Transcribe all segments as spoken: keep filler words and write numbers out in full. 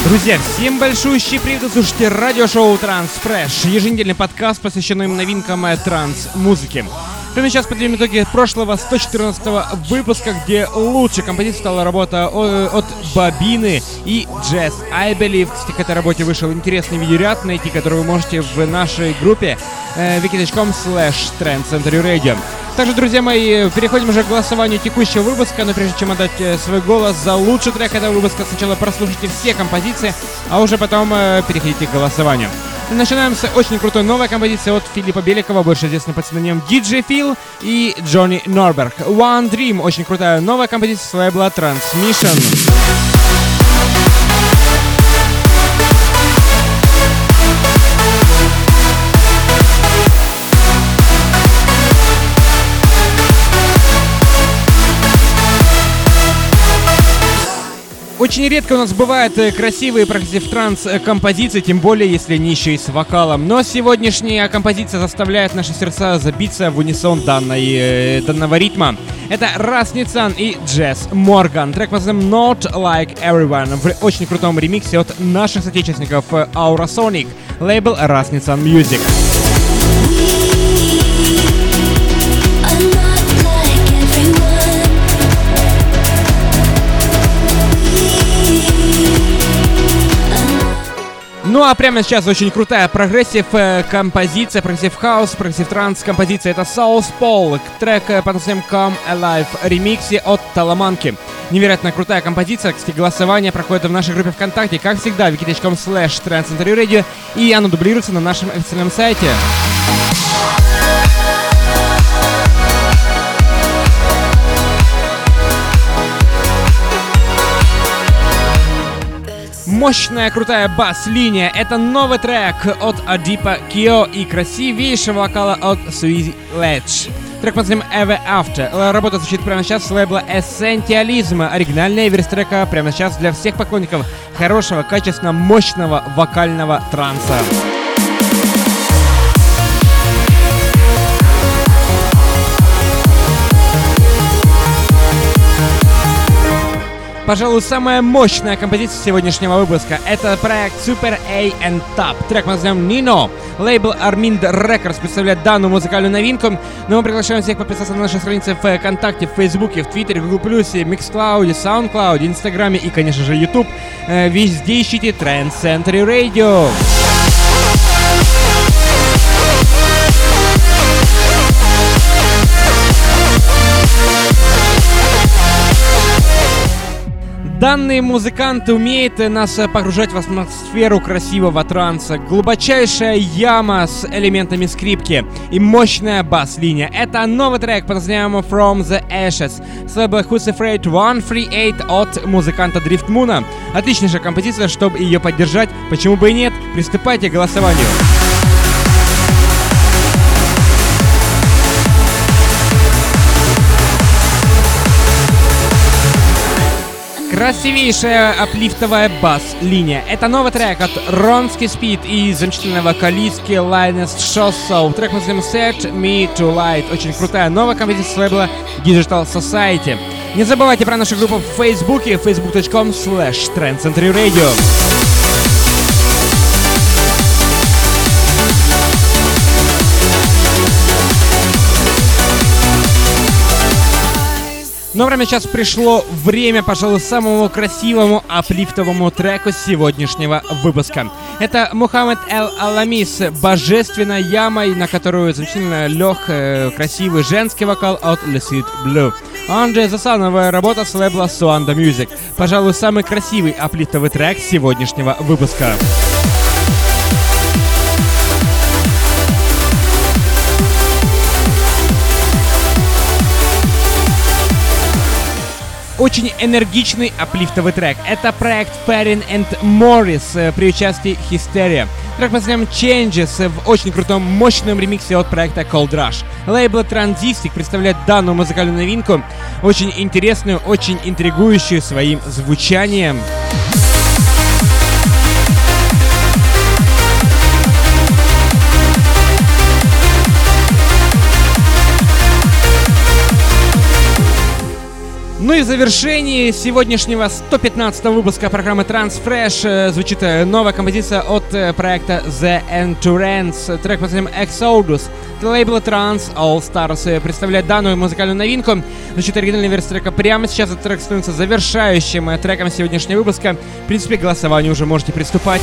Друзья, всем большущий привет! Вы слушаете радиошоу Transfresh, еженедельный подкаст, посвященный новинкам транс-музыки. Прямо сейчас подведем итоги прошлого сто четырнадцатого выпуска, где лучшей композицией стала работа от Бобины и Jazz I Believe. Кстати, к этой работе вышел интересный видеоряд, найти который вы можете в нашей группе wiki точка com slash trend century radio. Также, друзья мои, переходим уже к голосованию текущего выпуска, но прежде чем отдать свой голос за лучший трек этого выпуска, сначала прослушайте все композиции, а уже потом э, переходите к голосованию. Начинаем с очень крутой новой композиции от Филиппа Беликова, больше известной под псевдонимом ди джей Phil, и Джонни Норберг. One Dream, очень крутая новая композиция с лейбла Transmission. Очень редко у нас бывают красивые прогрессив-транс-композиции, тем более, если они еще и с вокалом. Но сегодняшняя композиция заставляет наши сердца забиться в унисон данной, э, данного ритма. Это Rasnitsan и Jess Morgan. Трек под названием Not Like Everyone в очень крутом ремиксе от наших соотечественников Aurasonic, лейбл Rasnitsan Music. Ну а прямо сейчас очень крутая прогрессив э, композиция, прогрессив хаус, прогрессив транс композиция. Это South Pole, трек под названием Come Alive, ремиксе от Таламанки. Невероятно крутая композиция. Кстати, голосование проходит в нашей группе ВКонтакте, как всегда, wiki точка com slash trend century radio, и оно дублируется на нашем официальном сайте. Мощная, крутая бас-линия. Это новый трек от Адипа Кио и красивейшего вокала от Suzy Ledge. Трек под названием Ever After. Работа звучит прямо сейчас с лейбла Essentialism. Оригинальная версия трека прямо сейчас для всех поклонников хорошего, качественного, мощного вокального транса. Пожалуй, самая мощная композиция сегодняшнего выпуска. Это проект Super A and Top. Трек под названием Nino. Лейбл Armind Records представляет данную музыкальную новинку. Но мы приглашаем всех подписаться на наши страницы в ВКонтакте, в Фейсбуке, в Твиттере, в Google+, Mixcloud, SoundCloud, Инстаграме и, конечно же, YouTube. Везде ищите Trend Century Radio. Данные музыканты умеют нас погружать в атмосферу красивого транса. Глубочайшая яма с элементами скрипки и мощная бас-линия. Это новый трек под названием From the Ashes с лейбла Who's Afraid сто тридцать восемь от музыканта Drift Moon. Отличнейшая композиция, чтобы ее поддержать. Почему бы и нет? Приступайте к голосованию. Красивейшая аплифтовая бас-линия. Это новый трек от Ronski Speed и замечательной вокалистки Linus Shosso. Трек под названием Set Me to Light. Очень крутая новая композиция с лейбла Digital Society. Не забывайте про нашу группу в Фейсбуке, facebook точка com slash trend century radio. Но прямо сейчас пришло время, пожалуй, самому красивому аплифтовому треку сегодняшнего выпуска. Это Мухаммед Эль-Алами с божественной ямой, на которую замечательно лег э, красивый женский вокал от Lucid Blue. Анджей Засановая работа с лейбла Suanda Music. Пожалуй, самый красивый аплифтовый трек сегодняшнего выпуска. Очень энергичный аплифтовый трек. Это проект Perrin and Morris при участии Hysteria. Трек под названием Changes в очень крутом, мощном ремиксе от проекта Cold Rush. Лейбл Transistic представляет данную музыкальную новинку, очень интересную, очень интригующую своим звучанием. Ну и в завершении сегодняшнего сто пятнадцатого выпуска программы Transfresh звучит новая композиция от проекта The Endurance. Трек под названием Exodus. Лейбл Trans All Stars представляет данную музыкальную новинку. Значит, оригинальная версия трека прямо сейчас. Этот трек становится завершающим треком сегодняшнего выпуска. В принципе, к голосованию уже можете приступать.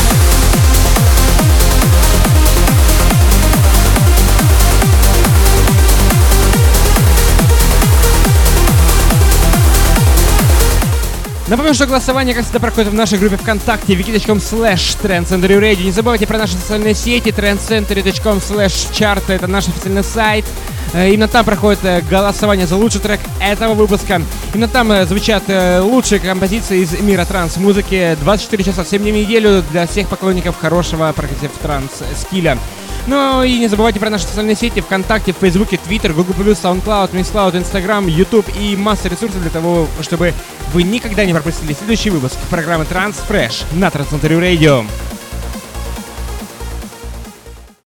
Напомню, что голосование, как всегда, проходит в нашей группе ВКонтакте wiki точка com слэш trendcenturyradio. Не забывайте про наши социальные сети trendcentury точка com слэш чарт. Это наш официальный сайт. Именно там проходит голосование за лучший трек этого выпуска. Именно там звучат лучшие композиции из мира транс-музыки. двадцать четыре часа, семь дней в неделю для всех поклонников хорошего прогрессив транс-стиля. Ну и не забывайте про наши социальные сети ВКонтакте, в Фейсбуке, Твиттер, Google+, SoundCloud, MixCloud, Instagram, YouTube и масса ресурсов для того, чтобы вы никогда не пропустили следующий выпуск программы Transfresh на Trendcentury Radio.